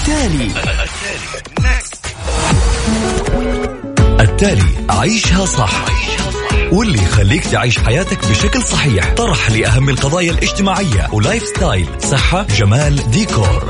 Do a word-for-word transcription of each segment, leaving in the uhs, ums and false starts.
التالي التالي عيشها صح، واللي يخليك تعيش حياتك بشكل صحيح. طرح لأهم القضايا الاجتماعية ولايف ستايل، صحة، جمال، ديكور.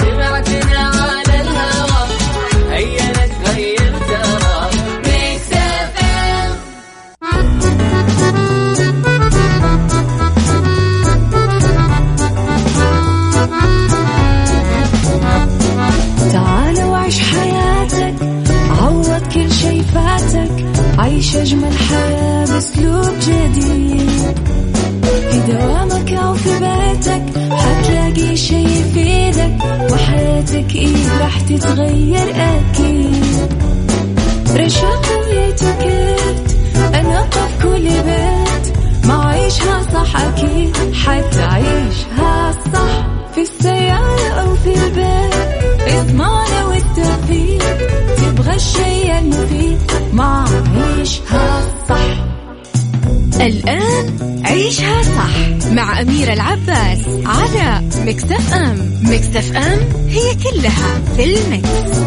تعال وعيش حياتك، عوض كل شي فاتك، عيش أجمل حياة بأسلوب جديد. في دوامك أو في بيتك حتلاقي شي يفيدك، وحياتك إيه راح تتغير أكيد. رشاق ويتوكيت أنا قف كل بيت، ما عيشها صح أكيد حتعيشها صح. في السيارة أو في البيت اسمعنا والتوفيق، تبغى الشيء المفيد ما عيشها صح. الآن عيشها صح مع أميرة العباس على ميكس اف ام. ميكس اف ام هي كلها في الميكس.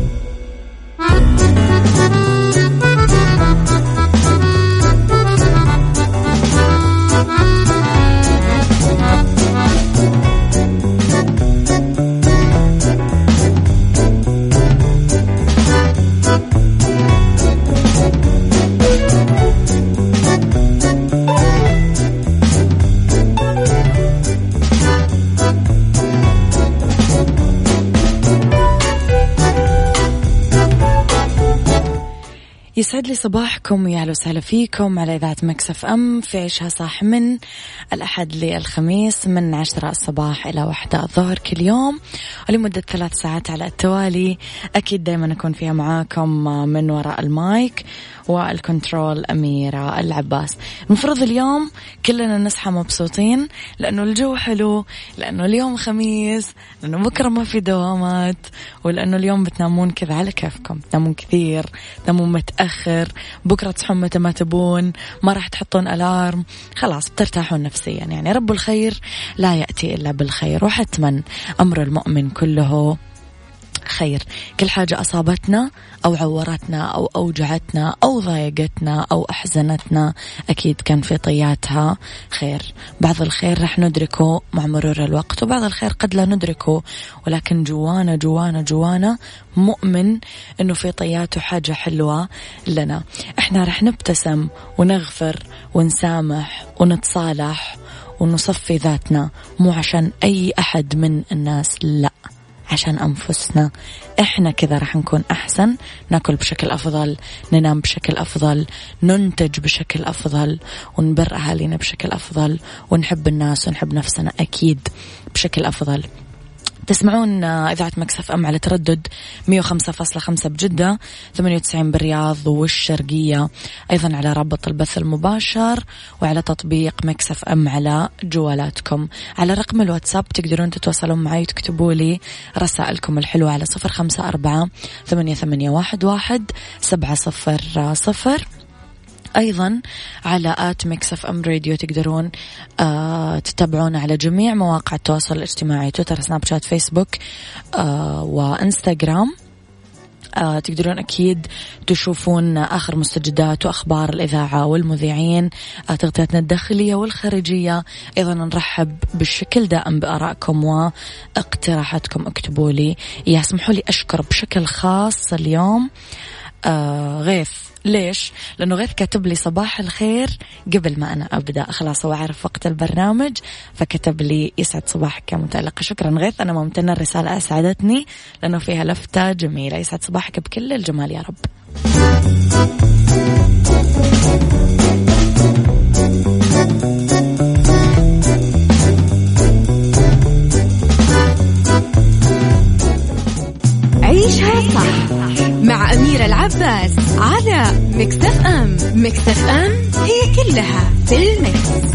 يسعد لي صباحكم ويا أهلا وسهلا فيكم على إذاعة ميكس اف ام في عيشها صح، من الأحد للخميس من عشرة الصباح إلى واحدة الظهر كل يوم، ولمدة ثلاث ساعات على التوالي. أكيد دايما نكون فيها معاكم من وراء المايك والكنترول أميرة العباس. المفروض اليوم كلنا نصحى مبسوطين لأنه الجو حلو، لأنه اليوم خميس، لأنه بكرة ما في دوامات، ولأنه اليوم بتنامون كذا على كيفكم، تنامون كثير، تنامون متأخر، بكرة تصحون متى ما تبون، ما راح تحطون ألارم، خلاص بترتاحون نفسيا. يعني رب الخير لا يأتي إلا بالخير، وحتما أمر المؤمن كله خير. كل حاجة أصابتنا أو عورتنا أو أوجعتنا أو ضايقتنا أو أحزنتنا أكيد كان في طياتها خير. بعض الخير رح ندركه مع مرور الوقت، وبعض الخير قد لا ندركه، ولكن جوانا جوانا جوانا مؤمن أنه في طياته حاجة حلوة لنا. إحنا رح نبتسم ونغفر ونسامح ونتصالح ونصفي ذاتنا، مو عشان أي أحد من الناس، لا، عشان أنفسنا. إحنا كذا رح نكون أحسن، ناكل بشكل أفضل، ننام بشكل أفضل، ننتج بشكل أفضل، ونبر أهالينا بشكل أفضل، ونحب الناس ونحب نفسنا أكيد بشكل أفضل. تسمعون إذاعة ميكس اف ام على تردد مية وخمسة فاصلة خمسة بجدة، ثمانية وتسعين بالرياض والشرقية، أيضا على رابط البث المباشر وعلى تطبيق ميكس اف ام على جوالاتكم. على رقم الواتساب تقدرون تتواصلون معي وتكتبوا لي رسائلكم الحلوة على صفر خمسة أربعة ثمانية ثمانية واحد واحد سبعة صفر صفر. أيضا على آت ميكس اف ام راديو تقدرون آه تتابعون على جميع مواقع التواصل الاجتماعي، تويتر، سناب شات، فيسبوك آه وإنستغرام. آه تقدرون أكيد تشوفون آخر مستجدات وأخبار الإذاعة والمذيعين، آه تغطياتنا الداخلية والخارجية. أيضا نرحب بالشكل دائم بآرائكم واقتراحاتكم، اكتبوا لي. يسمحوا لي أشكر بشكل خاص اليوم آه غيث. ليش؟ لأنه غيث كاتب لي صباح الخير قبل ما أنا أبدأ، خلاص هو عارف وقت البرنامج فكتب لي يسعد صباحك يا متألقة. شكرا غيث، أنا ممتنة، الرسالة أسعدتني لأنه فيها لفتة جميلة. يسعد صباحك بكل الجمال يا رب. عيشها صح مع أميرة العباس على ميكس اف ام. ميكس اف ام هي كلها في الميكس.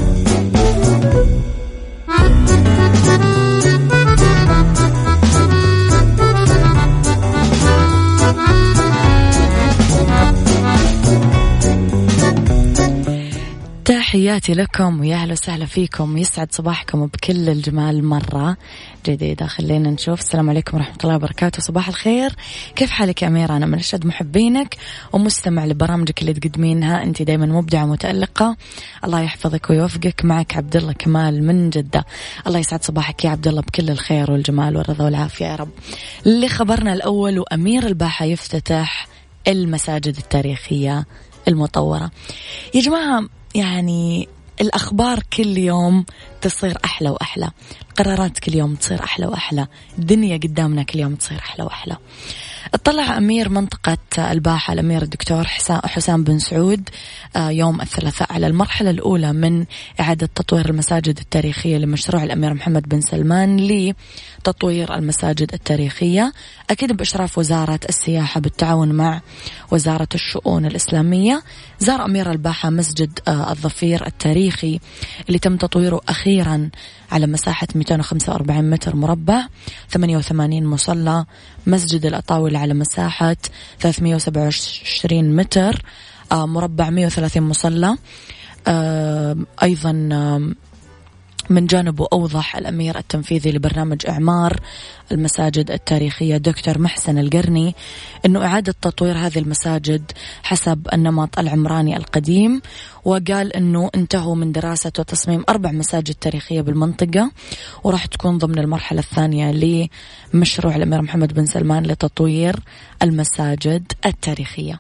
تحياتي لكم ويا أهلا وسهلا فيكم. يسعد صباحكم بكل الجمال مرة جديدة. خلينا نشوف. السلام عليكم ورحمة الله وبركاته. صباح الخير، كيف حالك يا أميرة؟ أنا من أشد محبينك ومستمع لبرامجك اللي تقدمينها، أنت دايما مبدعة متألقة. الله يحفظك ويوفقك. معك عبد الله كمال من جدة. الله يسعد صباحك يا عبد الله بكل الخير والجمال والرضا والعافية يا رب. اللي خبرنا الأول، وأمير الباحة يفتتح المساجد التاريخية المطورة. يا جماعة يعني الأخبار كل يوم تصير أحلى وأحلى، القرارات كل يوم تصير أحلى وأحلى، الدنيا قدامنا كل يوم تصير أحلى وأحلى. اطلع أمير منطقة الباحة الأمير الدكتور حسام بن سعود يوم الثلاثاء على المرحلة الأولى من إعادة تطوير المساجد التاريخية لمشروع الأمير محمد بن سلمان لتطوير المساجد التاريخية، أكيد بإشراف وزارة السياحة بالتعاون مع وزارة الشؤون الإسلامية. زار أمير الباحة مسجد الظفير التاريخي اللي تم تطويره أخيرا على مساحة مئتين وخمسة وأربعين متر مربع، ثمانية وثمانين مصلى. مسجد الأطاولة على مساحة ثلاثمئة وسبعة وعشرين متر مربع، مئة وثلاثين مصلى. أيضا من جانبه أوضح الأمير التنفيذي لبرنامج إعمار المساجد التاريخية دكتور محسن القرني أنه إعادة تطوير هذه المساجد حسب النمط العمراني القديم، وقال أنه انتهوا من دراسة وتصميم أربع مساجد تاريخية بالمنطقة، وراح تكون ضمن المرحلة الثانية لمشروع الأمير محمد بن سلمان لتطوير المساجد التاريخية.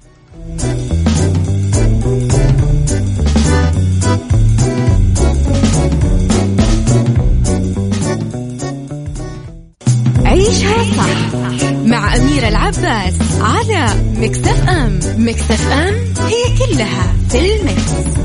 عيشها صح مع أميرة العباس على ميكس اف ام. ميكس اف ام هي كلها في الميكس.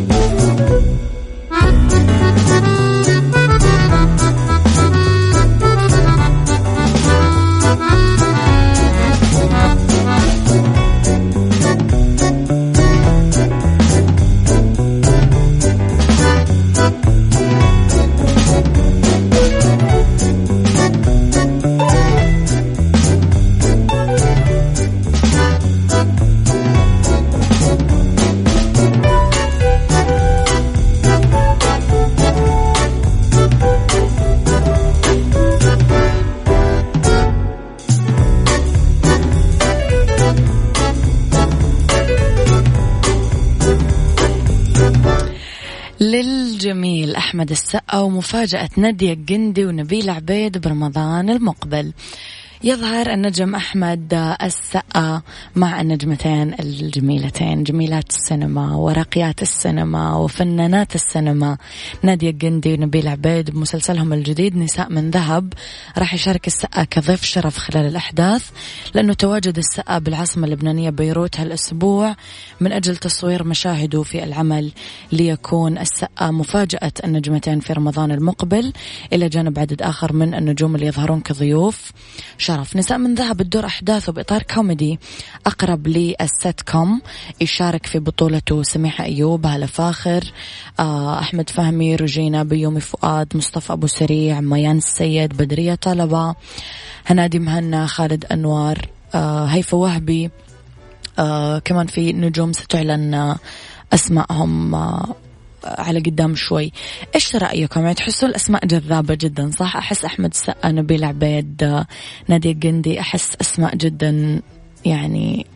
للجميل أحمد السقا ومفاجأة نادية الجندي ونبيل عبيد برمضان المقبل. يظهر النجم أحمد السقا مع النجمتين الجميلتين، جميلات السينما وراقيات السينما وفنانات السينما نادية الجندي ونبيل عبيد بمسلسلهم الجديد نساء من ذهب. راح يشارك السقا كضيف شرف خلال الأحداث، لأنه تواجد السقا بالعاصمة اللبنانية بيروت هالأسبوع من أجل تصوير مشاهده في العمل، ليكون السقا مفاجأة النجمتين في رمضان المقبل، إلى جانب عدد آخر من النجوم اللي يظهرون كضيوف شرف. نساء من ذهب الدور أحداثه بإطار كوميدي أقرب للسيت كوم، يشارك في بطولته سميحة أيوب، هالة فاخر، أحمد فهمي، روجينا بيومي، فؤاد، مصطفى أبو سريع، ميان السيد، بدرية طلبة، هنادي مهنا، خالد أنوار، هيفا وهبي. كمان في نجوم ستعلن أسمائهم على قدام شوي. إيش رأيكم؟ يعني تحسوا الأسماء جذابة جدا صح؟ أحس أحمد السقا، نبيل عبيد، نادية الجندي، أحس أسماء جدا يعني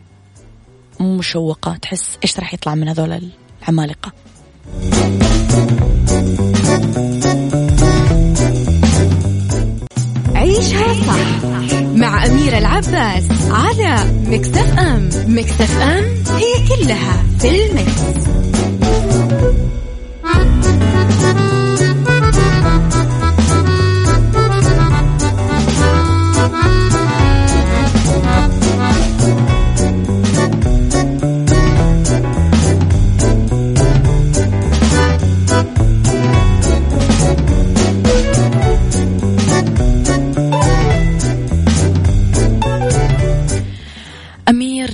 مشوقة. تحس إيش راح يطلع من هذول العمالقة؟ عيشها صح مع أميرة العباس على ميكس اف ام. ميكس اف ام هي كلها في الميكس.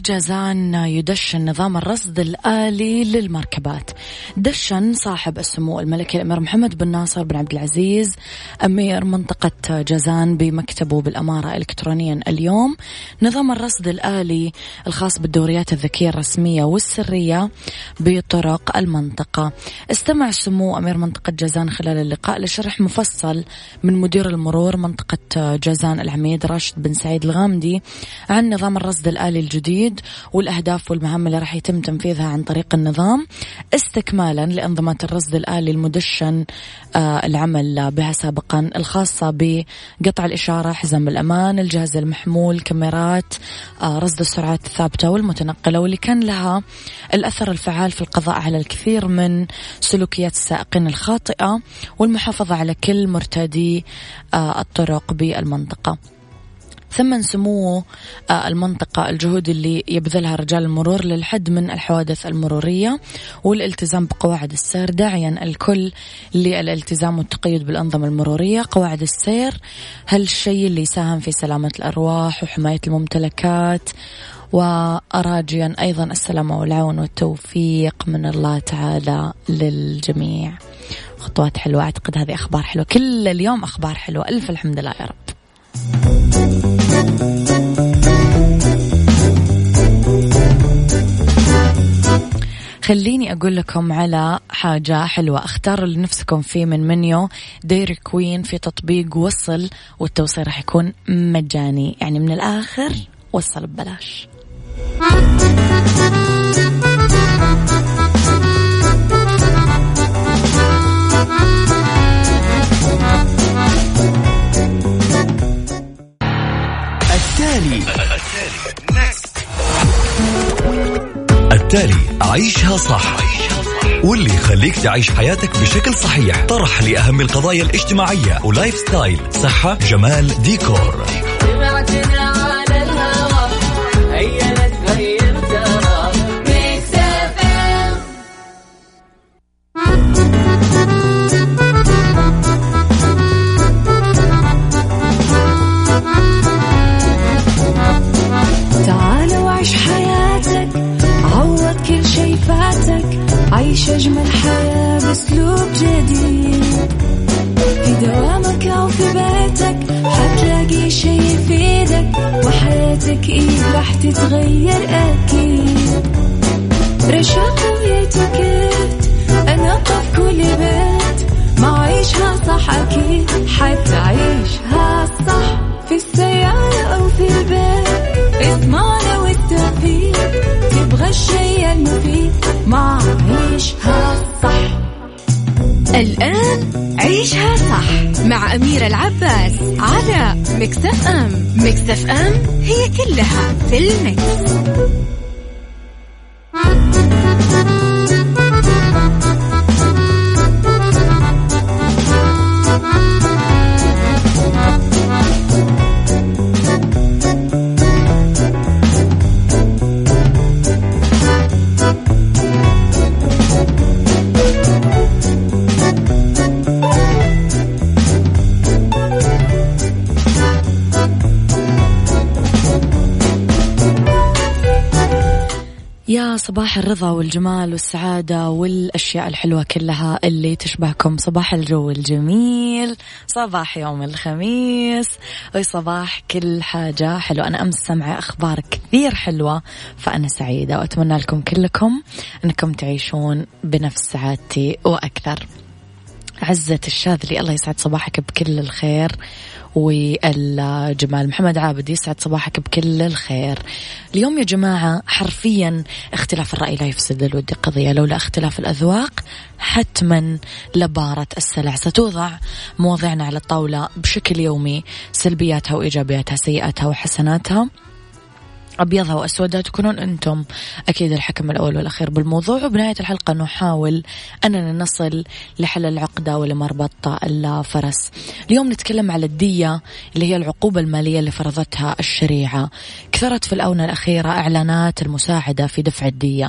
بجازان يدشن نظام الرصد الآلي للمركبات. دشن صاحب السمو الملكي الأمير محمد بن ناصر بن عبد العزيز أمير منطقة جازان بمكتبه بالأمارة إلكترونيا اليوم نظام الرصد الآلي الخاص بالدوريات الذكية الرسمية والسرية بطرق المنطقة. استمع سمو أمير منطقة جازان خلال اللقاء لشرح مفصل من مدير المرور منطقة جازان العميد راشد بن سعيد الغامدي عن نظام الرصد الآلي الجديد والأهداف والمهام اللي راح يتم تنفيذها عن طريق النظام استكمالا لأنظمة الرصد الآلي المدشن آه العمل بها سابقا الخاصة بقطع الإشارة، حزام الأمان، الجهاز المحمول، كاميرات آه رصد السرعات الثابتة والمتنقلة، واللي كان لها الأثر الفعال في القضاء على الكثير من سلوكيات السائقين الخاطئة والمحافظة على كل مرتدي آه الطرق بالمنطقة. ثمن سموه المنطقة الجهود اللي يبذلها رجال المرور للحد من الحوادث المرورية والالتزام بقواعد السير، داعيا الكل للالتزام والتقيد بالأنظمة المرورية. قواعد السير هالشيء اللي يساهم في سلامة الأرواح وحماية الممتلكات، وأراجيا أيضا السلامة والعون والتوفيق من الله تعالى للجميع. خطوات حلوة، أعتقد هذه أخبار حلوة، كل اليوم أخبار حلوة، ألف الحمد لله يا رب. خليني أقول لكم على حاجة حلوة، اختاروا اللي نفسكم فيه من منيو ديري كوين في تطبيق وصل، والتوصيل راح يكون مجاني، يعني من الآخر وصل ببلاش. التالي التالي عيشها صح، واللي يخليك تعيش حياتك بشكل صحيح. طرح لأهم القضايا الاجتماعية ولايف ستايل، صحة، جمال، ديكور. عيش أجمل حياة بأسلوب جديد، في دوامك أو في بيتك حتلاقي شي يفيدك، وحياتك إيه راح تتغير أكيد. رشاق ويتوكيت أنا في كل بيت، ما عيشها صح أكيد حتعيشها صح، في السيارة أو في البيت اسمعنا والتوفيق، تبغى الشيء المفيد ما عيشها صح. الآن عيشها صح مع أميرة العباس على ميكس اف ام. ميكس اف ام هي كلها في الميكس. يا صباح الرضا والجمال والسعادة والأشياء الحلوة كلها اللي تشبهكم. صباح الجو الجميل، صباح يوم الخميس، وصباح كل حاجة حلوة. أنا أمس سمع أخبار كثير حلوة، فأنا سعيدة وأتمنى لكم كلكم أنكم تعيشون بنفس سعادتي وأكثر. عزة الشاذلي، الله يسعد صباحك بكل الخير والجمال. محمد عابد، يسعد صباحك بكل الخير. اليوم يا جماعة حرفيا اختلاف الرأي لا يفسد الود قضية، لولا اختلاف الأذواق حتما لبارة السلع. ستوضع مواضيعنا على الطاولة بشكل يومي، سلبياتها وإيجابياتها، سيئاتها وحسناتها، أبيضها وأسودها، تكونون أنتم أكيد الحكم الأول والأخير بالموضوع. وبنهاية الحلقة نحاول أننا نصل لحل العقدة ولمربط الفرس. اليوم نتكلم على الدية اللي هي العقوبة المالية اللي فرضتها الشريعة. كثرت في الآونة الأخيرة إعلانات المساعدة في دفع الدية،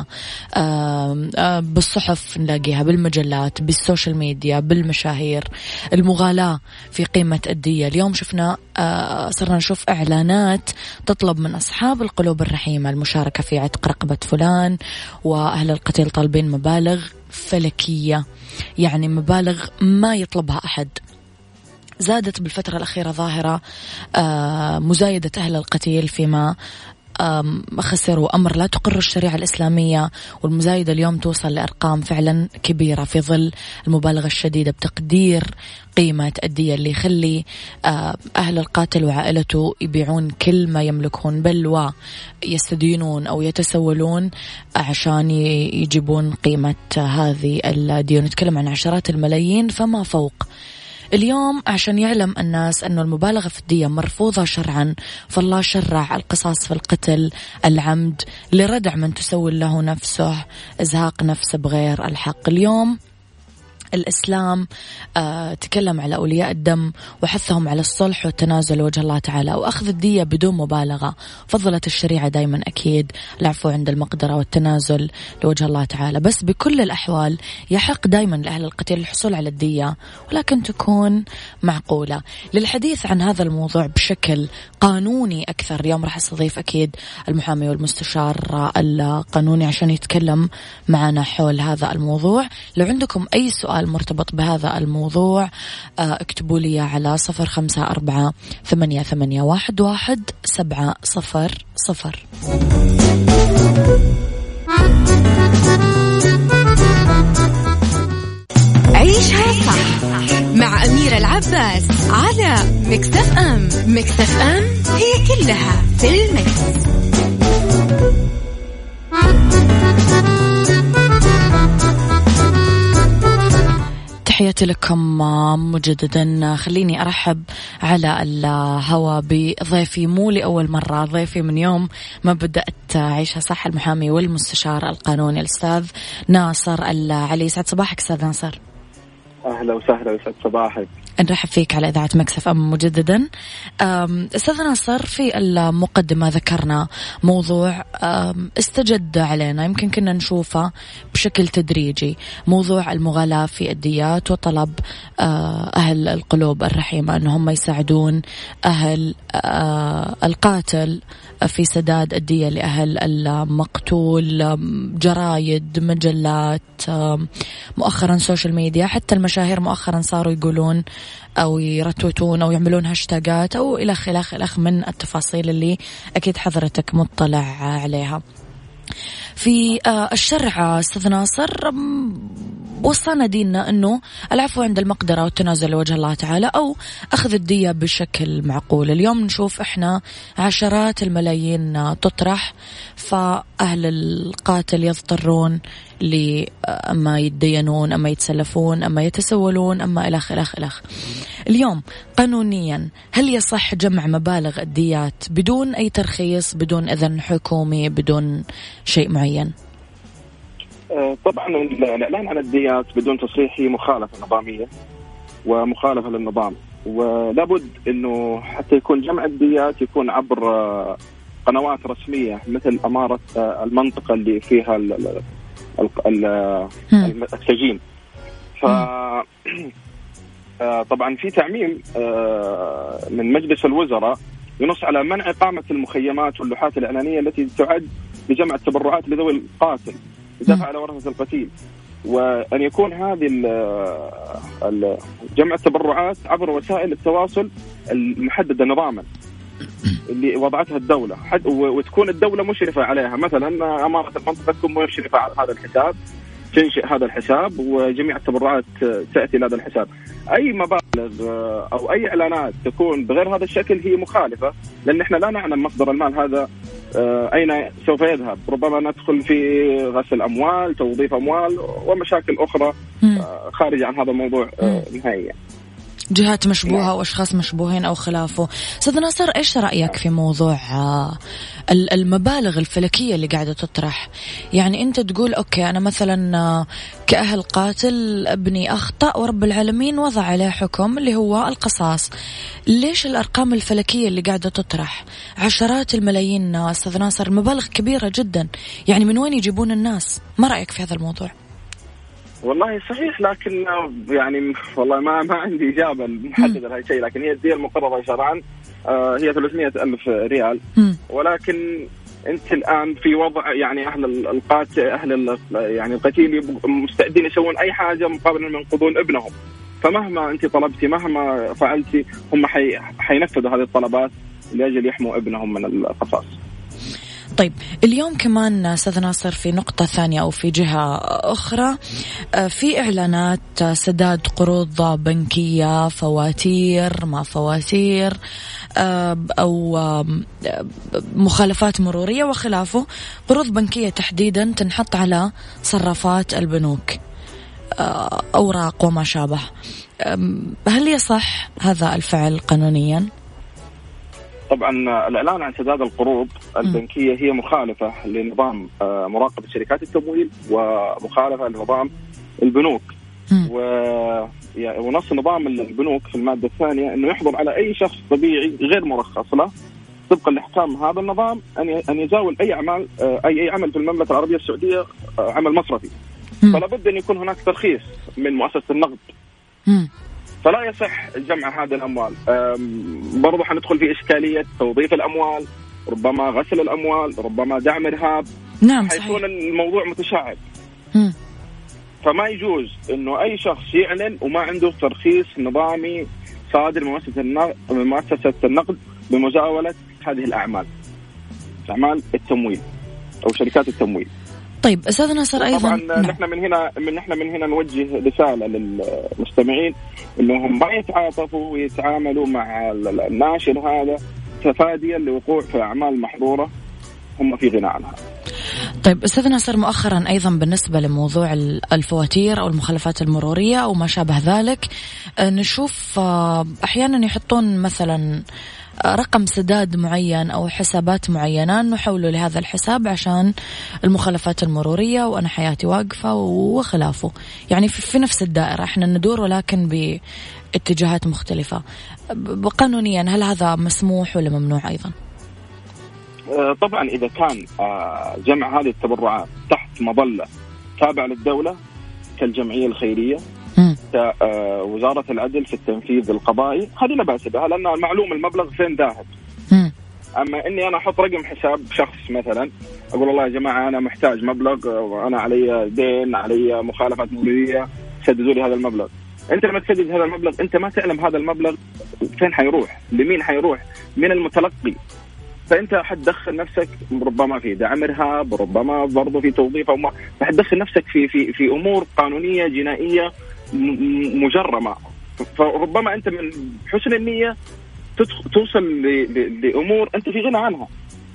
بالصحف نلاقيها، بالمجلات، بالسوشيال ميديا، بالمشاهير، المغالاة في قيمة الدية. اليوم شفنا صرنا نشوف إعلانات تطلب من أصحاب القلوب الرحيمة المشاركة في عتق رقبة فلان، وأهل القتيل طالبين مبالغ فلكية، يعني مبالغ ما يطلبها أحد. زادت بالفترة الأخيرة ظاهرة مزايدة أهل القتيل فيما خسروا أمر لا تقر الشريعة الإسلامية، والمزايدة اليوم توصل لأرقام فعلا كبيرة في ظل المبالغة الشديدة بتقدير قيمة الدية اللي يخلي أهل القاتل وعائلته يبيعون كل ما يملكون، بل ويستدينون أو يتسولون عشان يجيبون قيمة هذه الدية. نتكلم عن عشرات الملايين فما فوق. اليوم عشان يعلم الناس أنه المبالغة في الدية مرفوضة شرعا، فالله شرع القصاص في القتل العمد لردع من تسول له نفسه إزهاق نفسه بغير الحق. اليوم الإسلام آه تكلم على أولياء الدم وحثهم على الصلح والتنازل لوجه الله تعالى وأخذ الدية بدون مبالغة. فضلت الشريعة دايما أكيد العفو عند المقدرة والتنازل لوجه الله تعالى، بس بكل الأحوال يحق دايما لأهل القتيل الحصول على الدية، ولكن تكون معقولة. للحديث عن هذا الموضوع بشكل قانوني أكثر اليوم راح استضيف أكيد المحامي والمستشار القانوني عشان يتكلم معنا حول هذا الموضوع. لو عندكم أي سؤال مرتبط بهذا الموضوع اكتبوا لي على صفر خمسة أربعة ثمانية ثمانية واحد واحد سبعة صفر صفر. عيشها صح مع أميرة العباس على ميكس اف ام. ميكس اف ام هي كلها في الميكس. تحياتي لكم مجددا. خليني أرحب على الهواء بضيفي، مو لأول مرة، ضيفي من يوم ما بدأت عيشها صح، المحامي والمستشار القانوني الأستاذ ناصر العلي. سعد صباحك أستاذ ناصر. أهلا وسهلا وسعد صباحك. نرحب فيك على إذاعة ميكس اف ام مجددا. أستاذ ناصر، في المقدمة ذكرنا موضوع استجد علينا، يمكن كنا نشوفه بشكل تدريجي، موضوع المغالاة في الديات وطلب أهل القلوب الرحيمة أنهم يساعدون أهل القاتل في سداد الدية لأهل المقتول. جرايد، مجلات، مؤخرا سوشيال ميديا، حتى المشاهير مؤخرا صاروا يقولون أو يرتوتون أو يعملون هاشتاجات أو إلى خلاف إلخ من التفاصيل اللي أكيد حضرتك مطلع عليها. في الشرع أستاذ ناصر وصلنا ديننا أنه العفو عند المقدرة والتنازل لوجه الله تعالى أو أخذ الدية بشكل معقول. اليوم نشوف إحنا عشرات الملايين تطرح، فأهل القاتل يضطرون لأما يتدينون أما يتسلفون أما يتسولون أما إلخ إلخ إلخ. اليوم قانونيا هل يصح جمع مبالغ الديات بدون أي ترخيص، بدون إذن حكومي، بدون شيء معين؟ طبعا الإعلان عن الديات بدون تصريح هي مخالفة نظامية ومخالفة للنظام، ولابد أنه حتى يكون جمع الديات يكون عبر قنوات رسمية مثل أمارة المنطقة اللي فيها السجين. ف طبعا في تعميم من مجلس الوزراء ينص على منع إقامة المخيمات واللوحات الإعلانية التي تعد لجمع التبرعات لذوي القاتل يدافع على ورثة القتيل، وأن يكون هذه جمع التبرعات عبر وسائل التواصل المحددة نظاما اللي وضعتها الدولة، وتكون الدولة مشرفة عليها. مثلا أمارة المنطقة تكون مشرفة على هذا الحساب، تنشئ هذا الحساب وجميع التبرعات تأتي لهذا الحساب. أي مبالغ أو أي إعلانات تكون بغير هذا الشكل هي مخالفة، لأن إحنا لا نعلم مصدر المال هذا أين سوف يذهب. ربما ندخل في غسل أموال، توظيف أموال ومشاكل أخرى خارج عن هذا الموضوع نهائيا. جهات مشبوهة وأشخاص مشبوهين أو خلافه. أستاذ ناصر، إيش رأيك في موضوع المبالغ الفلكية اللي قاعدة تطرح؟ يعني أنت تقول أوكي أنا مثلا كأهل قاتل ابني أخطأ ورب العالمين وضع عليه حكم اللي هو القصاص، ليش الأرقام الفلكية اللي قاعدة تطرح عشرات الملايين؟ أستاذ ناصر مبالغ كبيرة جدا، يعني من وين يجيبون الناس؟ ما رأيك في هذا الموضوع؟ والله صحيح، لكن يعني والله ما ما عندي إجابة محددة لهذا الشيء، لكن هي الدية المقررة شرعا هي ثلاثمائة ألف ريال، ولكن انت الان في وضع يعني اهل القاتل اهل يعني القتيل مستعدين يسوون اي حاجه مقابل ان ينقذون ابنهم. فمهما انت طلبتي مهما فعلتي هم حي... حينفذوا هذه الطلبات لاجل يحموا ابنهم من القصاص. طيب اليوم كمان أستاذ ناصر في نقطة ثانية أو في جهة أخرى، في إعلانات سداد قروض بنكية، فواتير ما فواتير أو مخالفات مرورية وخلافه، قروض بنكية تحديدا تنحط على صرافات البنوك، أوراق وما شابه. هل يصح هذا الفعل قانونيا؟ طبعا الإعلان عن سداد القروض البنكية هي مخالفة لنظام مراقبة شركات التمويل ومخالفة لنظام البنوك. ونص نظام البنوك في المادة الثانية أنه يحظر على أي شخص طبيعي غير مرخص له طبقا لأحكام هذا النظام أن يزاول أي أعمال أي أي عمل في المملكة العربية السعودية عمل مصرفي. فلا بد أن يكون هناك ترخيص من مؤسسة النقد. فلا يصح جمع هذه الأموال. برضو حندخل في إشكالية توظيف الأموال، ربما غسل الأموال، ربما دعم إرهاب. نعم صحيح. حيكون الموضوع متشعب. مم. فما يجوز إنه أي شخص يعلن وما عنده ترخيص نظامي صادر من مؤسسة النقد من مؤسسة النقد بمزاولة هذه الأعمال، أعمال التمويل أو شركات التمويل. طيب أستاذ ناصر أيضا طبعا نحن من هنا من نحن من هنا نوجه رسالة للمستمعين إنهم ما يتعاطفوا ويتعاملوا مع الناشر هذا تفاديا لوقوع في أعمال محظورة هم في غنى عنها. طيب أستاذ ناصر مؤخرا أيضا بالنسبة لموضوع الفواتير أو المخالفات المرورية أو ما شابه ذلك، نشوف أحيانا يحطون مثلا رقم سداد معين أو حسابات معينة نحوله لهذا الحساب عشان المخالفات المرورية وأنا حياتي واقفة وخلافه، يعني في نفس الدائرة احنا ندور ولكن باتجاهات مختلفة. قانونيا هل هذا مسموح ولا ممنوع أيضا؟ طبعا إذا كان جمع هذه التبرعات تحت مظلة تابعة للدولة كالجمعية الخيرية كوزارة العدل في التنفيذ القضائي هذه لا بأس بها، لأن المعلوم المبلغ فين ذاهب. أما إني أنا أحط رقم حساب شخص مثلا أقول والله يا جماعة أنا محتاج مبلغ وأنا علي دين علي مخالفات مرورية سددوا لي هذا المبلغ، أنت لما تسدد هذا المبلغ أنت ما تعلم هذا المبلغ فين حيروح، لمين حيروح، من المتلقي. فأنت حتدخل نفسك ربما في دعم إرهاب، ربما برضو في توظيف، أو ما حتدخل نفسك في في في أمور قانونية جنائية مجرمة. فربما أنت من حسن النية توصل لأمور أنت في غنى عنها.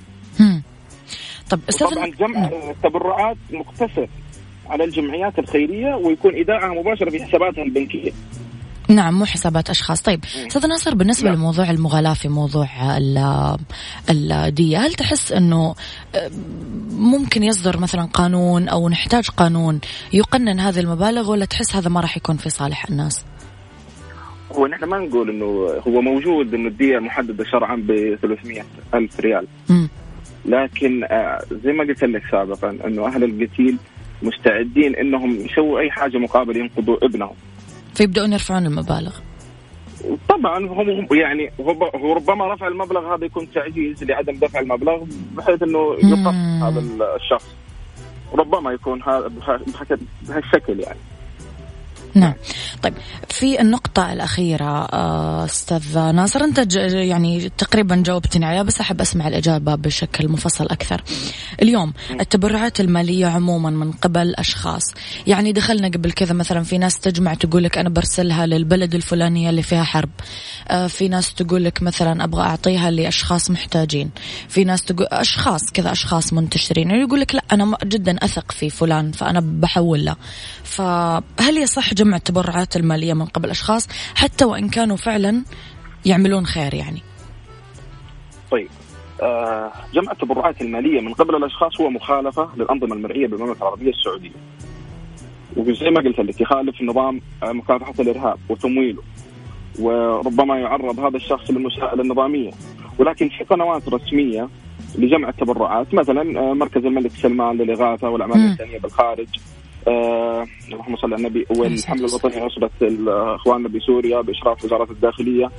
طب طبعا جمع التبرعات مقتصر على الجمعيات الخيرية ويكون إيداعها مباشرة في حساباتها البنكية. نعم مو حسابات أشخاص. طيب أستاذ ناصر بالنسبة نعم. لموضوع المغالاة في موضوع الدية، هل تحس أنه ممكن يصدر مثلا قانون أو نحتاج قانون يقنن هذه المبالغ، ولا تحس هذا ما راح يكون في صالح الناس؟ هو نحن ما نقول أنه هو موجود أنه الدية محددة شرعا ب ثلاثمئة ألف ريال، م. لكن زي ما قلت لك سابقا أنه أهل القتيل مستعدين أنهم يسووا أي حاجة مقابل ينقذوا ابنهم، فيبدأون يرفعون المبالغ. طبعا هم يعني هو ربما رفع المبلغ هذا يكون تعجيز لعدم دفع المبلغ بحيث انه يقف هذا الشخص، ربما يكون هذا بهالشكل يعني. نعم. طيب في النقطة الأخيرة أستاذ ناصر أنت يعني تقريبا جاوبتني عليها بس أحب أسمع الإجابة بشكل مفصل أكثر. اليوم التبرعات المالية عموما من قبل أشخاص، يعني دخلنا قبل كذا مثلا في ناس تجمع تقولك أنا برسلها للبلد الفلانية اللي فيها حرب، في ناس تقولك مثلا أبغى أعطيها لأشخاص محتاجين، في ناس تقول أشخاص كذا أشخاص منتشرين، يعني يقولك لا أنا جدا أثق في فلان فأنا بحول له. فهل يصح جمع التبرعات المالية من قبل أشخاص حتى وإن كانوا فعلا يعملون خير يعني؟ طيب آه جمع التبرعات المالية من قبل الأشخاص هو مخالفة للأنظمة المرعية بالمملكة العربية السعودية، وزي ما قلت لك يخالف نظام مكافحة الإرهاب وتمويله، وربما يعرض هذا الشخص للمساءلة النظامية. ولكن في قنوات رسمية لجمع التبرعات مثلا مركز الملك سلمان للإغاثة والأعمال الإنسانية بالخارج، آه، اللهم صل على النبي، والحملة الوطنية لنصرة إخواننا بسوريا بإشراف وزارة الداخلية،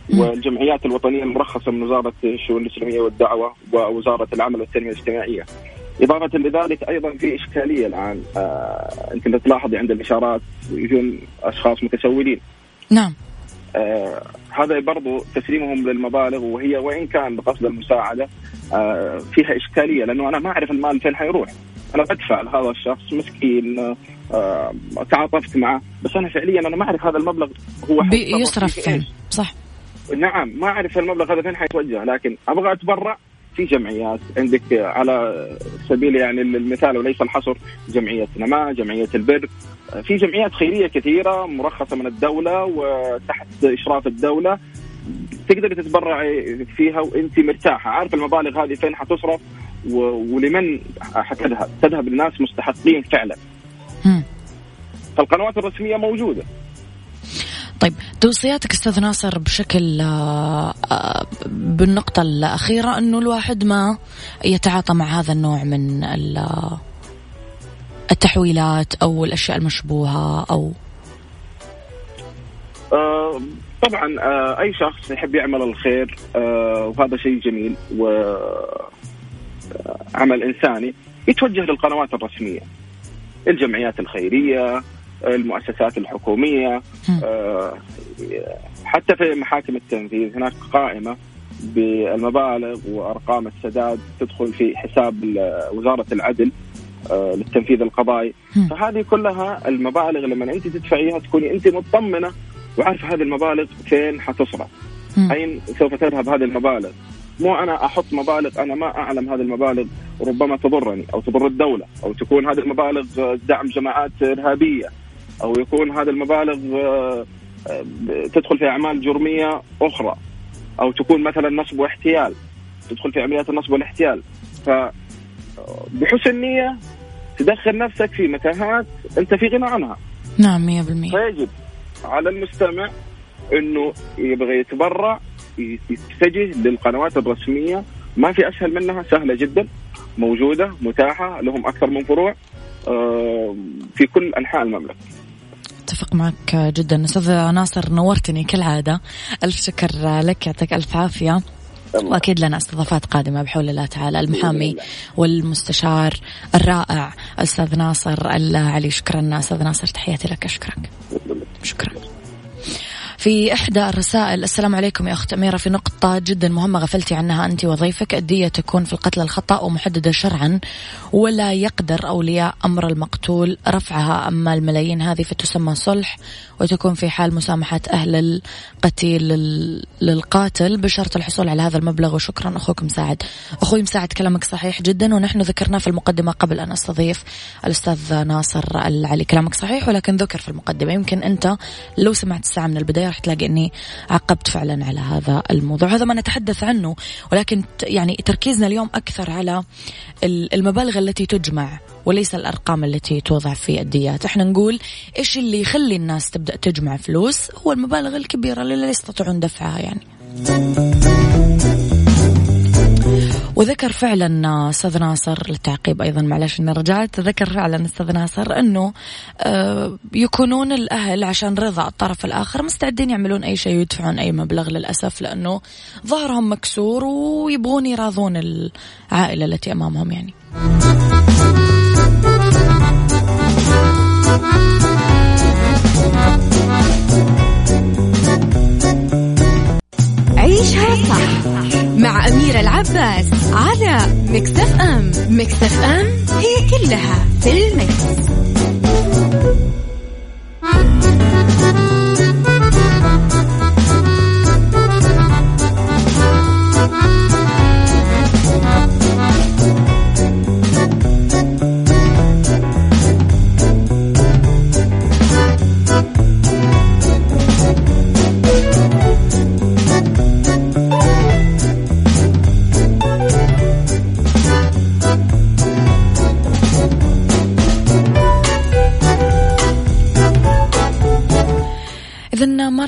والجمعيات الوطنية المرخصة من وزارة الشؤون الإسلامية والدعوة ووزارة العمل والتنمية الاجتماعية. إضافة لذلك أيضا في إشكالية الآن، آه أنت تلاحظي عند الإشارات يجون أشخاص متسولين. نعم. آه هذا برضو تسليمهم للمبالغ، وهي وإن كان بقصد المساعدة آه فيها إشكالية، لأنه أنا ما أعرف المال فين حيروح. أنا بدفع لهذا الشخص مسكين، آه تعاطفت معه، بس أنا فعليا أنا ما أعرف هذا المبلغ هو بيصرف فين. صح. نعم، ما أعرف المبلغ هذا فين حيتوجه، لكن أبغى أتبرع في جمعيات عندك على سبيل يعني المثال وليس الحصر، جمعية نما، جمعية البر، في جمعيات خيرية كثيرة مرخصة من الدولة وتحت إشراف الدولة، تقدر تتبرعي فيها وانت مرتاحة، عارف المبالغ هذه فين حتصرف ولمن حتذهب. تذهب للناس مستحقين فعلا. م. فالقنوات الرسمية موجودة. طيب توصياتك أستاذ ناصر بشكل بالنقطة الأخيرة أنه الواحد ما يتعاطى مع هذا النوع من التحويلات أو الأشياء المشبوهة أو آه طبعا آه أي شخص يحب يعمل الخير آه وهذا شيء جميل وعمل إنساني يتوجه للقنوات الرسمية، الجمعيات الخيرية، المؤسسات الحكومية، آه حتى في محاكم التنفيذ هناك قائمة بالمبالغ وأرقام السداد تدخل في حساب وزارة العدل آه للتنفيذ القضائي. فهذه كلها المبالغ لما أنت تدفعيها تكوني أنت مطمنة وعارفة هذه المبالغ فين حتصرف، أين سوف تذهب هذه المبالغ. مو أنا أحط مبالغ أنا ما أعلم هذه المبالغ ربما تضرني أو تضر الدولة، أو تكون هذه المبالغ دعم جماعات إرهابية، أو يكون هذا المبالغ تدخل في أعمال جرمية أخرى، أو تكون مثلا نصب واحتيال، تدخل في عمليات النصب والاحتيال. فبحسن نية تدخل نفسك في متاهات أنت في غنى عنها. نعم مية بالمية. فيجب على المستمع أنه يبغى يتبرع يتجه للقنوات الرسمية، ما في أسهل منها، سهلة جدا، موجودة متاحة، لهم أكثر من فروع في كل أنحاء المملكة. اتفق معك جدا أستاذ ناصر، نورتني كالعادة، ألف شكر لك، يعطيك ألف عافية، وأكيد لنا استضافات قادمة بحول الله تعالى. المحامي والمستشار الرائع أستاذ ناصر العلي، شكرا أستاذ ناصر، تحياتي لك، أشكرك. شكرا. في إحدى الرسائل: السلام عليكم يا أخت أميرة، في نقطة جدا مهمة غفلتي عنها أنت وضيفك. الدية تكون في القتل الخطأ ومحددة شرعا، ولا يقدر أولياء أمر المقتول رفعها، أما الملايين هذه فتسمى صلح وتكون في حال مسامحة أهل القتيل للقاتل بشرط الحصول على هذا المبلغ. وشكرا أخوكم مساعد. أخوي مساعد كلامك صحيح جدا، ونحن ذكرناه في المقدمة قبل أن أستضيف الأستاذ ناصر العلي. كلامك صحيح ولكن ذكر في المقدمة، يمكن أنت لو سمعت الساعة من البداية راح تلاقي أني عقبت فعلا على هذا الموضوع. هذا ما نتحدث عنه، ولكن يعني تركيزنا اليوم أكثر على المبالغ التي تجمع وليس الأرقام التي توضع في الديات. احنا نقول إيش اللي يخلي الناس تبدأ تجمع فلوس، هو المبالغ الكبيرة اللي لا يستطيعون دفعها يعني. وذكر فعلا أستاذ ناصر للتعقيب أيضا، معلش إني رجعت، ذكر فعلا أستاذ ناصر أنه يكونون الأهل عشان رضا الطرف الآخر مستعدين يعملون أي شيء ويدفعون أي مبلغ للأسف، لأنه ظهرهم مكسور ويبغون يراضون العائلة التي أمامهم يعني. عيشها صح مع أميرة العباس على ميكس اف ام. ميكس اف ام هي كلها في الميكس.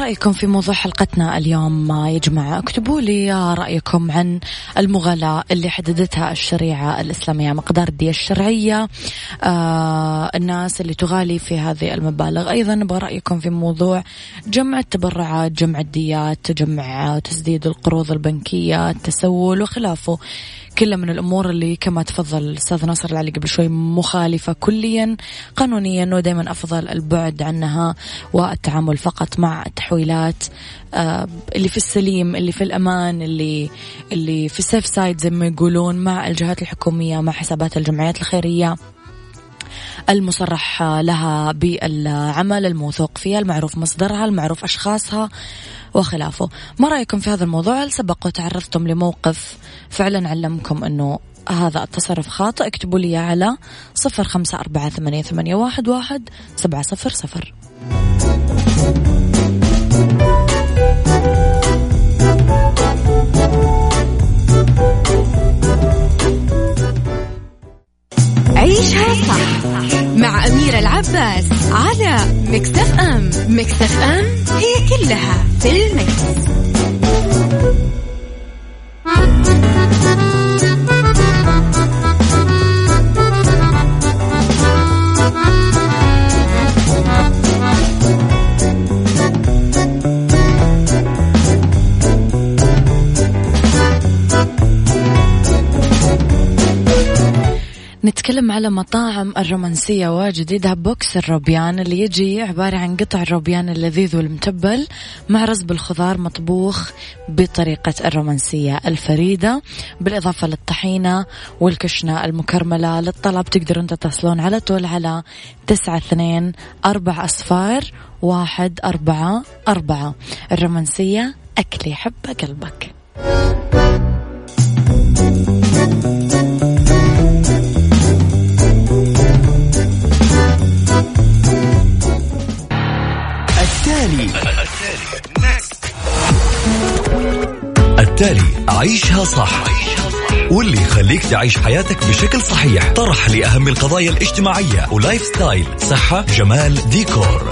رأيكم في موضوع حلقتنا اليوم يا جماعة؟ اكتبوا لي رأيكم عن المغالاة اللي حددتها الشريعة الإسلامية، مقدار الدية الشرعية، آه الناس اللي تغالي في هذه المبالغ. أيضا نبغى رأيكم في موضوع جمع التبرعات، جمع الديات، جمع تسديد القروض البنكية، التسول وخلافه، كلها من الأمور اللي كما تفضل الأستاذ ناصر العلي قبل شوي مخالفة كليا قانونيا، ودائما أفضل البعد عنها والتعامل فقط مع التحويلات اللي في السليم، اللي في الأمان، اللي اللي في السيف سايد زي ما يقولون، مع الجهات الحكومية، مع حسابات الجمعيات الخيرية المصرح لها بالعمل، الموثوق فيها، المعروف مصدرها، المعروف أشخاصها وخلافه. ما رأيكم في هذا الموضوع؟ هل سبق وتعرضتم لموقف فعلا علمكم أنه هذا التصرف خاطئ؟ اكتبوا لي على صفر خمسة أربعة ثمانية ثمانية واحد واحد سبعة صفر صفر. عيشها صح مع أميرة العباس على ميكس اف ام. ميكس اف ام هي كلها في الميكس. نتكلم على مطاعم الرومانسية وجديدها بوكس الروبيان، اللي يجي عبارة عن قطع الروبيان اللذيذ والمتبل مع رز بالخضار مطبوخ بطريقة الرومانسية الفريدة، بالإضافة للطحينة والكشنة المكرملة. للطلب تقدرون تتصلون على طول على تسعة اثنين أربع أصفار واحد أربعة أربعة. الرومانسية أكل يحب قلبك. التالي التالي عيشها صح، واللي يخليك تعيش حياتك بشكل صحيح. طرح لأهم القضايا الاجتماعية ولايف ستايل، صحة، جمال، ديكور.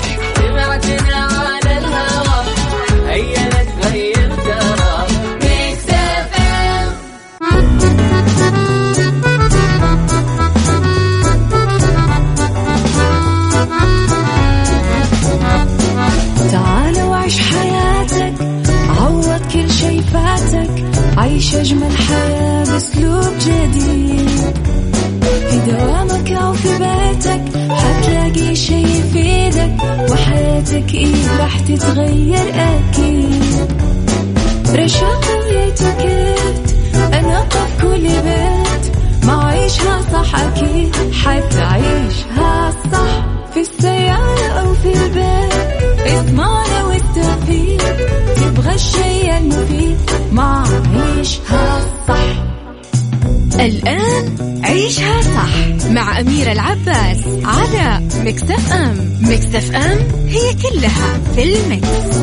عيش أجمل حياة بأسلوب جديد، في دوامك أو في بيتك حتلاقي شي يفيدك، وحياتك إيه راح تتغير أكيد. رشاق ويتوكيت أنا قف كل بيت، ما عيشها صح أكيد حتعيشها صح، في السيارة أو في البيت اسمعنا والتوفيق، تبغى الشيء المفيد ما عيشها صح. الآن عيشها صح مع أميرة العباس على ميكس اف ام. ميكس اف ام هي كلها في الميكس.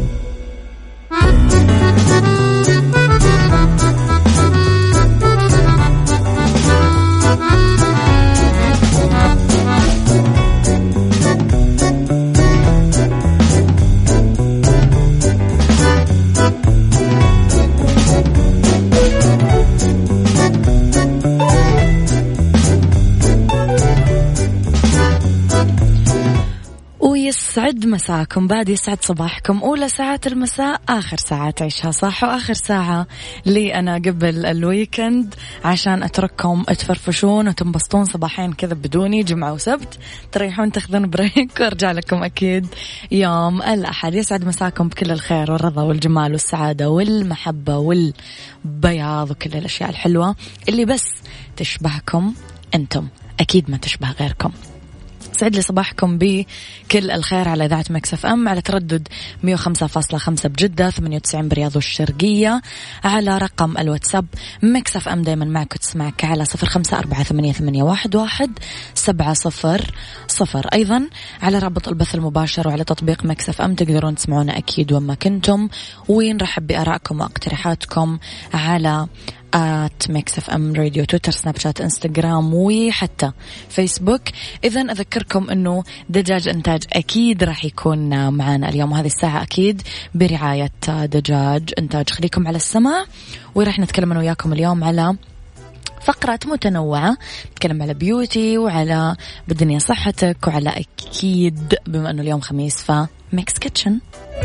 يسعد مساكم، بعد يسعد صباحكم. أولى ساعات المساء آخر ساعات عيشها صح، وآخر ساعة لي أنا قبل الويكند عشان أترككم تفرفشون وتنبسطون صباحين كذا بدوني، جمعة وسبت تريحون تاخذون بريك، وارجع لكم أكيد يوم الأحد. يسعد مساكم بكل الخير والرضا والجمال والسعادة والمحبة والبياض وكل الأشياء الحلوة اللي بس تشبهكم أنتم، أكيد ما تشبه غيركم. سعد لي صباحكم بكل الخير على إذاعة ميكس اف ام، على تردد مية وخمسة فاصلة خمسة بجدة، ثمانية وتسعين برياض والشرقية، على رقم الواتساب ميكس اف ام دايما معك وتسمعك على صفر خمسة أربعة ثمانية ثمانية واحد واحد سبعة صفر صفر. أيضا على رابط البث المباشر وعلى تطبيق ميكس اف ام تقدرون تسمعونا أكيد وما كنتم، ونرحب بآرائكم واقتراحاتكم على آت ميكس اف ام راديو، تويتر، سناب شات، انستغرام، وحتى فيسبوك. إذا أذكركم أنه دجاج إنتاج أكيد راح يكون معنا اليوم، وهذه الساعة أكيد برعاية دجاج إنتاج. خليكم على السماع، وراح نتكلم أنا وياكم اليوم على فقرات متنوعة، نتكلم على بيوتي وعلى بالدنيا صحتك، وعلى أكيد بما أنه اليوم خميس فميكس كيتشن.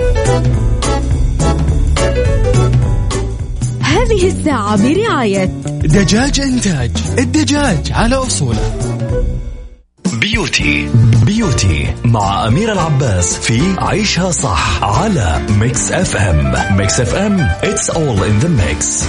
هذه الساعة برعاية دجاج إنتاج، الدجاج على أصوله. بيوتي بيوتي مع أميرة العباس في عيشها صح على ميكس اف ام. ميكس اف ام it's all in the mix.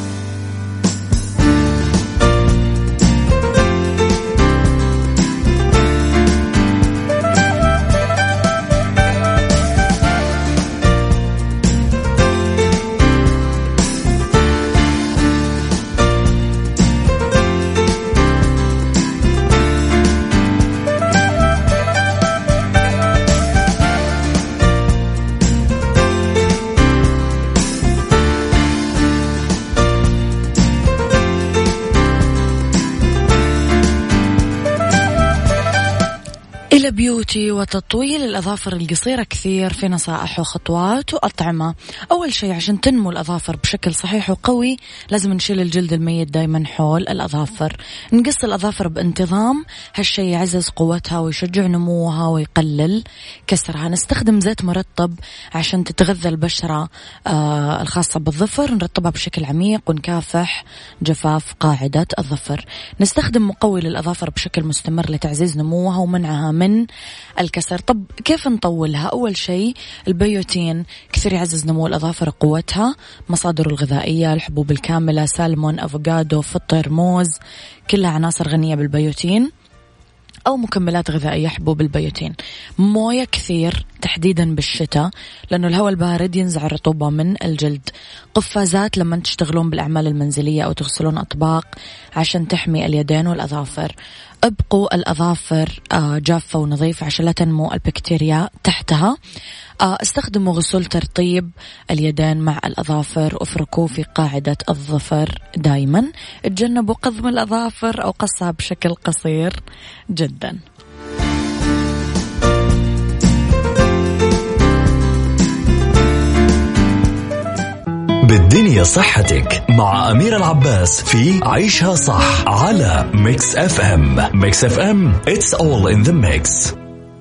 بيوتي وتطويل الأظافر القصيرة كثير في نصائح وخطوات وأطعمة. أول شيء عشان تنمو الأظافر بشكل صحيح وقوي لازم نشيل الجلد الميت دايما حول الأظافر، نقص الأظافر بانتظام، هالشيء يعزز قوتها ويشجع نموها ويقلل كسرها. نستخدم زيت مرطب عشان تتغذى البشرة آه الخاصة بالظفر، نرطبها بشكل عميق ونكافح جفاف قاعدة الظفر. نستخدم مقوي للأظافر بشكل مستمر لتعزيز نموها ومنعها من الكسر. طب كيف نطولها؟ أول شيء البيوتين كثير يعزز نمو الأظافر وقوتها. مصادره الغذائية الحبوب الكاملة، سالمون، أفوكادو، فطر، موز، كلها عناصر غنية بالبيوتين أو مكملات غذائية حبوب البيوتين. موية كثير تحديدا بالشتاء لأنه الهواء البارد ينزع الرطوبة من الجلد. قفازات لما تشتغلون بالأعمال المنزلية أو تغسلون أطباق عشان تحمي اليدين والأظافر. ابقوا الأظافر جافة ونظيفة عشان لا تنمو البكتيريا تحتها. استخدموا غسول ترطيب اليدين مع الأظافر، افركوا في قاعدة الظفر دايما. تجنبوا قضم الأظافر أو قصها بشكل قصير جدا. بالدنيا صحتك مع أميرة العباس في عيشها صح على ميكس اف ام. ميكس اف ام it's all in the mix.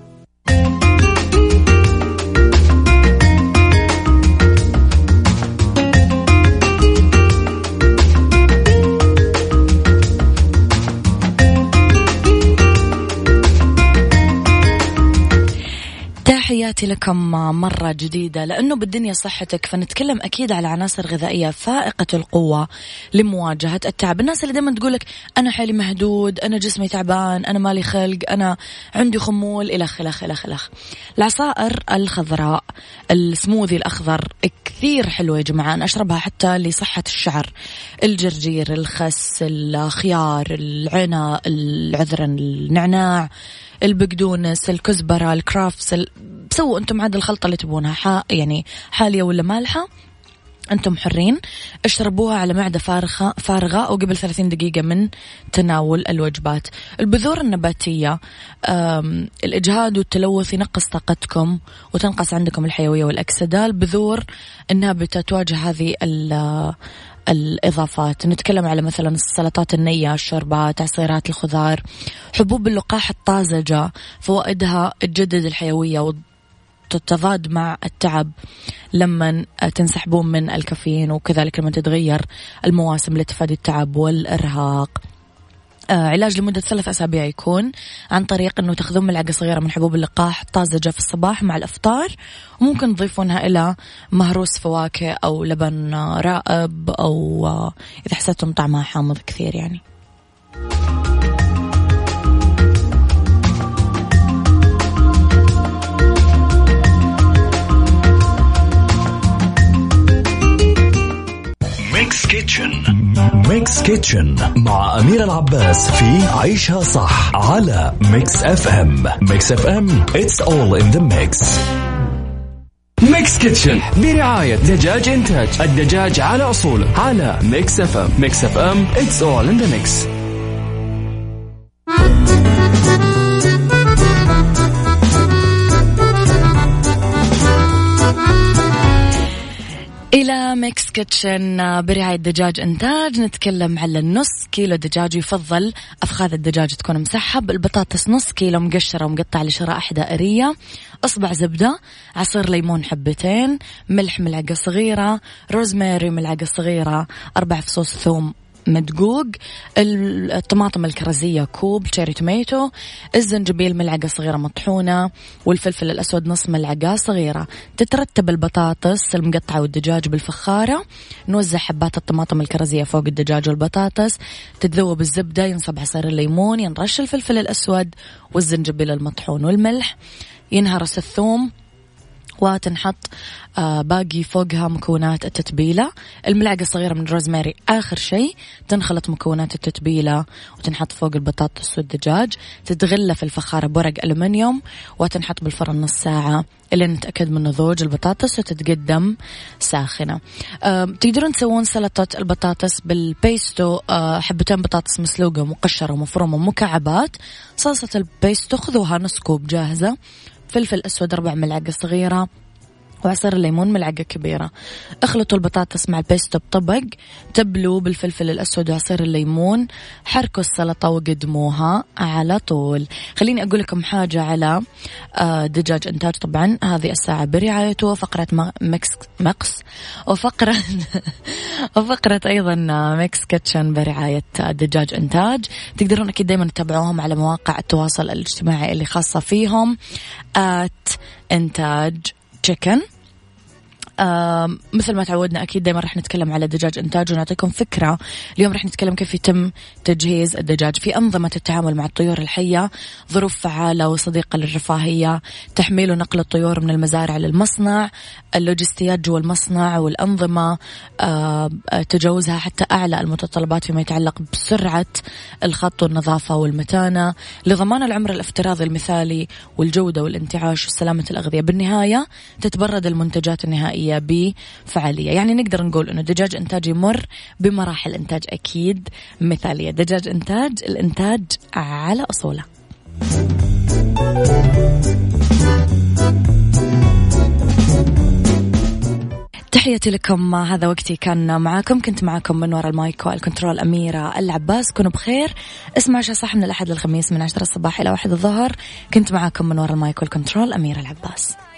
تحياتي لكم مرة جديدة. لأنه بالدنيا صحتك فنتكلم أكيد على عناصر غذائية فائقة القوة لمواجهة التعب. الناس اللي دائما تقولك أنا حالي مهدود، أنا جسمي تعبان، أنا مالي خلق، أنا عندي خمول، إلخ إلخ إلخ إلخ. العصائر الخضراء، السموذي الأخضر كثير حلوة يا جماعة، أنا أشربها حتى لصحة الشعر. الجرجير، الخس، الخيار، العنب، العذرن، النعناع، البقدونس، الكزبرة، الكرافس. سووا أنتم عاد الخلطة اللي تبونها، حا يعني حالية ولا مالحة، أنتم حرين. اشربوها على معدة فارغة فارغة أو قبل ثلاثين دقيقة من تناول الوجبات. البذور النباتية، الإجهاد والتلوث ينقص طاقتكم وتنقص عندكم الحيوية والأكسدة. البذور النابتة تواجه هذه الإضافات. نتكلم على مثلا السلطات النية، الشوربات، عصيرات الخضار. حبوب اللقاح الطازجة فوائدها تجدد الحيوية وتتضاد مع التعب لما تنسحبون من الكافيين، وكذلك لما تتغير المواسم لتفادي التعب والإرهاق. آه علاج لمدة ثلاث أسابيع يكون عن طريق أنه تأخذون ملعقة صغيرة من حبوب اللقاح طازجة في الصباح مع الإفطار، وممكن تضيفونها إلى مهروس فواكه أو لبن رائب، أو آه إذا حسيتم طعمها حامض كثير يعني. ميكس كيتشن ميكس كيتشن مع أميرة العباس في عيشها صح على ميكس اف ام. ميكس اف ام it's all in the mix. ميكس كيتشن برعاية دجاج إنتاج، الدجاج على أصوله، على ميكس اف ام. ميكس اف ام it's all in the mix. إلى ميكس كيتشن برعاية دجاج إنتاج. نتكلم على النص كيلو دجاج، يفضل أفخاذ الدجاج تكون مسحب، البطاطس نص كيلو مقشرة ومقطع لشرائح دائرية، أصبع زبدة، عصير ليمون حبتين، ملح ملعقة صغيرة، روزماري ملعقة صغيرة، أربع فصوص ثوم مدقوق، الطماطم الكرزية كوب، تشيري توميتو، الزنجبيل ملعقة صغيرة مطحونة، والفلفل الأسود نص ملعقة صغيرة. تترتب البطاطس المقطعة والدجاج بالفخارة، نوزع حبات الطماطم الكرزية فوق الدجاج والبطاطس، تتذوب الزبدة، ينصب عصير الليمون، ينرش الفلفل الأسود والزنجبيل المطحون والملح، ينهرس الثوم، وتنحط آه باقي فوقها مكونات التتبيلة، الملعقة الصغيرة من الروزماري آخر شيء. تنخلط مكونات التتبيلة وتنحط فوق البطاطس والدجاج، تتغلى في الفخارة بورق ألمنيوم، وتنحط بالفرن نص ساعة إلى نتأكد من نضوج البطاطس، وتتقدم ساخنة. آه تقدرون تسوون سلطة البطاطس بالبيستو، آه حبتين بطاطس مسلوقة ومقشرة ومفرومة مكعبات. صلصة البيستو خذوها نص كوب جاهزة، فلفل أسود ربع ملعقة صغيرة، وعصير الليمون ملعقة كبيرة. اخلطوا البطاطس مع البيستو بطبق، تبلوا بالفلفل الأسود وعصير الليمون، حركوا السلطة وقدموها على طول. خليني أقول لكم حاجة على دجاج إنتاج. طبعا هذه الساعة برعايته فقرة ميكس مكس، وفقرة وفقرة أيضا ميكس كيتشن برعاية دجاج إنتاج. تقدرون أكيد دايما تتابعوهم على مواقع التواصل الاجتماعي اللي خاصة فيهم، آت إنتاج تشيكن. آه مثل ما تعودنا أكيد دايما رح نتكلم على دجاج إنتاج ونعطيكم فكرة. اليوم رح نتكلم كيف يتم تجهيز الدجاج في أنظمة التعامل مع الطيور الحية، ظروف فعالة وصديقة للرفاهية، تحميل ونقل الطيور من المزارع للمصنع، اللوجستيات جوا المصنع والأنظمة آه تجاوزها حتى أعلى المتطلبات فيما يتعلق بسرعة الخط والنظافة والمتانة، لضمان العمر الافتراضي المثالي والجودة والانتعاش وسلامة الأغذية. بالنهاية تتبرد المنتجات النهائية بفعالية. يعني نقدر نقول أنه دجاج إنتاج يمر بمراحل إنتاج أكيد مثالية. دجاج إنتاج، الإنتاج على أصوله. تحياتي لكم، هذا وقتي كان معاكم، كنت معاكم من وراء المايك والكنترول أميرة العباس. كونوا بخير، اسمع شو صح من الأحد للخميس من عشرة الصباح إلى واحد الظهر. كنت معاكم من وراء المايك والكنترول أميرة العباس.